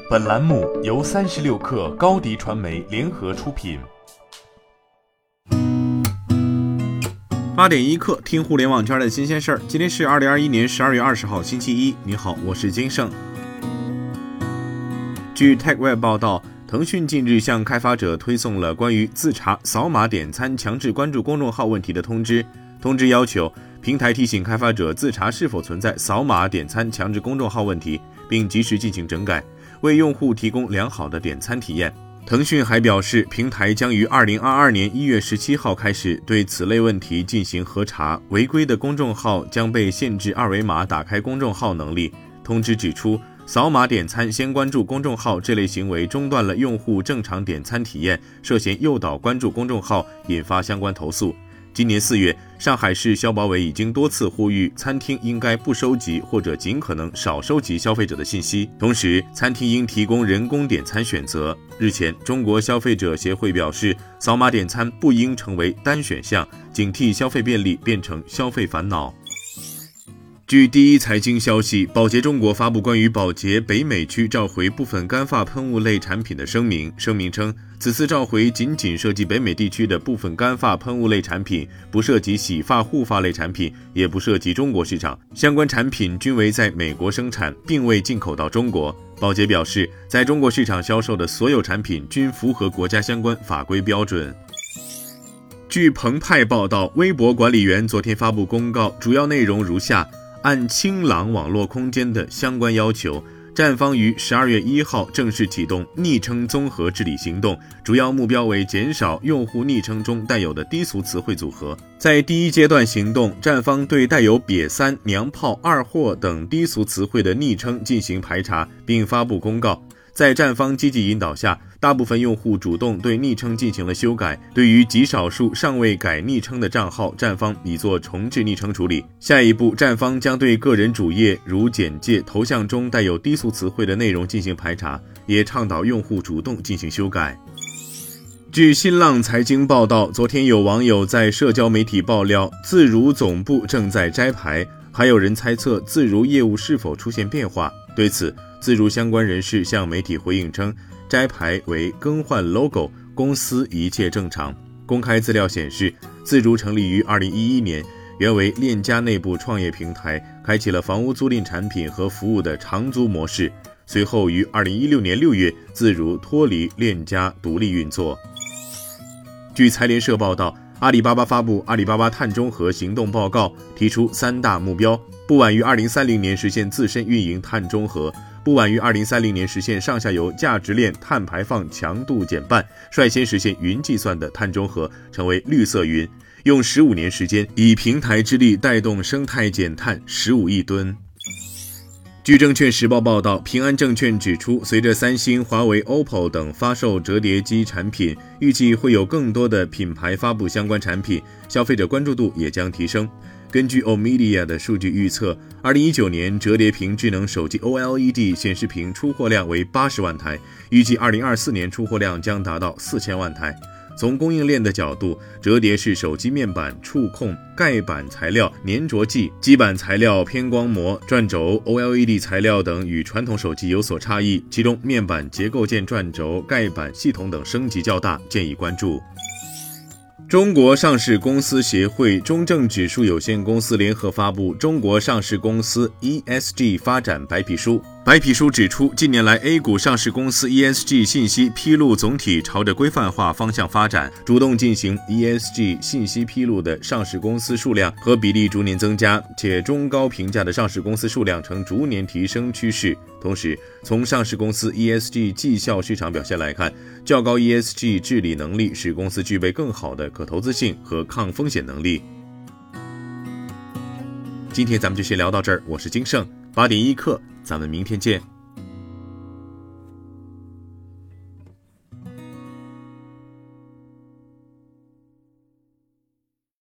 本栏目由36氪高迪传媒联合出品。 8点1刻，听互联网圈的新鲜事儿。今天是2021年12月20号，星期一。你好，我是金盛。据 TechWeb 报道，腾讯近日向开发者推送了关于自查扫码点餐强制关注公众号问题的通知。通知要求平台提醒开发者自查是否存在扫码点餐强制公众号问题，并及时进行整改，为用户提供良好的点餐体验。腾讯还表示，平台将于2022年1月17号开始对此类问题进行核查，违规的公众号将被限制二维码打开公众号能力。通知指出，扫码点餐先关注公众号这类行为中断了用户正常点餐体验，涉嫌诱导关注公众号，引发相关投诉。今年4月，上海市消保委已经多次呼吁餐厅应该不收集或者尽可能少收集消费者的信息，同时餐厅应提供人工点餐选择。日前，中国消费者协会表示，扫码点餐不应成为单选项，警惕消费便利变成消费烦恼。据第一财经消息，宝洁中国发布关于宝洁北美区召回部分干发喷雾类产品的声明。声明称，此次召回仅涉及北美地区的部分干发喷雾类产品，不涉及洗发护发类产品，也不涉及中国市场。相关产品均为在美国生产，并未进口到中国。宝洁表示，在中国市场销售的所有产品均符合国家相关法规标准。据澎湃报道，微博管理员昨天发布公告，主要内容如下：按清朗网络空间的相关要求，站方于12月1号正式启动昵称综合治理行动，主要目标为减少用户昵称中带有的低俗词汇组合。在第一阶段行动，站方对带有瘪三、娘炮、二货等低俗词汇的昵称进行排查，并发布公告。在站方积极引导下，大部分用户主动对昵称进行了修改，对于极少数尚未改昵称的账号，站方已做重置昵称处理。下一步，站方将对个人主页如简介、头像中带有低俗词汇的内容进行排查，也倡导用户主动进行修改。据新浪财经报道，昨天有网友在社交媒体爆料，自如总部正在摘牌，还有人猜测自如业务是否出现变化。对此，自如相关人士向媒体回应称，摘牌为更换 logo， 公司一切正常。公开资料显示，自如成立于2011年，原为链家内部创业平台，开启了房屋租赁产品和服务的长租模式。随后于2016年6月，自如脱离链家独立运作。据财联社报道，阿里巴巴发布阿里巴巴碳中和行动报告，提出3大目标：不晚于2030年实现自身运营碳中和，不晚于2030年实现上下游价值链碳排放强度减半，率先实现云计算的碳中和，成为绿色云，用15年时间以平台之力带动生态减碳15亿吨。据证券时报报道，平安证券指出，随着三星、华为、OPPO 等发售折叠机产品，预计会有更多的品牌发布相关产品，消费者关注度也将提升。根据 Omedia 的数据预测，2019年折叠屏智能手机 OLED 显示屏出货量为80万台，预计2024年出货量将达到4000万台。从供应链的角度，折叠式手机面板、触控、盖板材料、粘着剂、基板材料、偏光膜、转轴、OLED 材料等与传统手机有所差异，其中面板、结构件、转轴、盖板、系统等升级较大，建议关注。中国上市公司协会中证指数有限公司联合发布《中国上市公司 ESG 发展白皮书》。白皮书指出，近年来 A 股上市公司 ESG 信息披露总体朝着规范化方向发展，主动进行 ESG 信息披露的上市公司数量和比例逐年增加，且中高评价的上市公司数量呈逐年提升趋势。同时，从上市公司 ESG 绩效市场表现来看，较高 ESG 治理能力使公司具备更好的可投资性和抗风险能力。今天咱们就先聊到这儿，我是金盛，8点1刻，咱们明天见。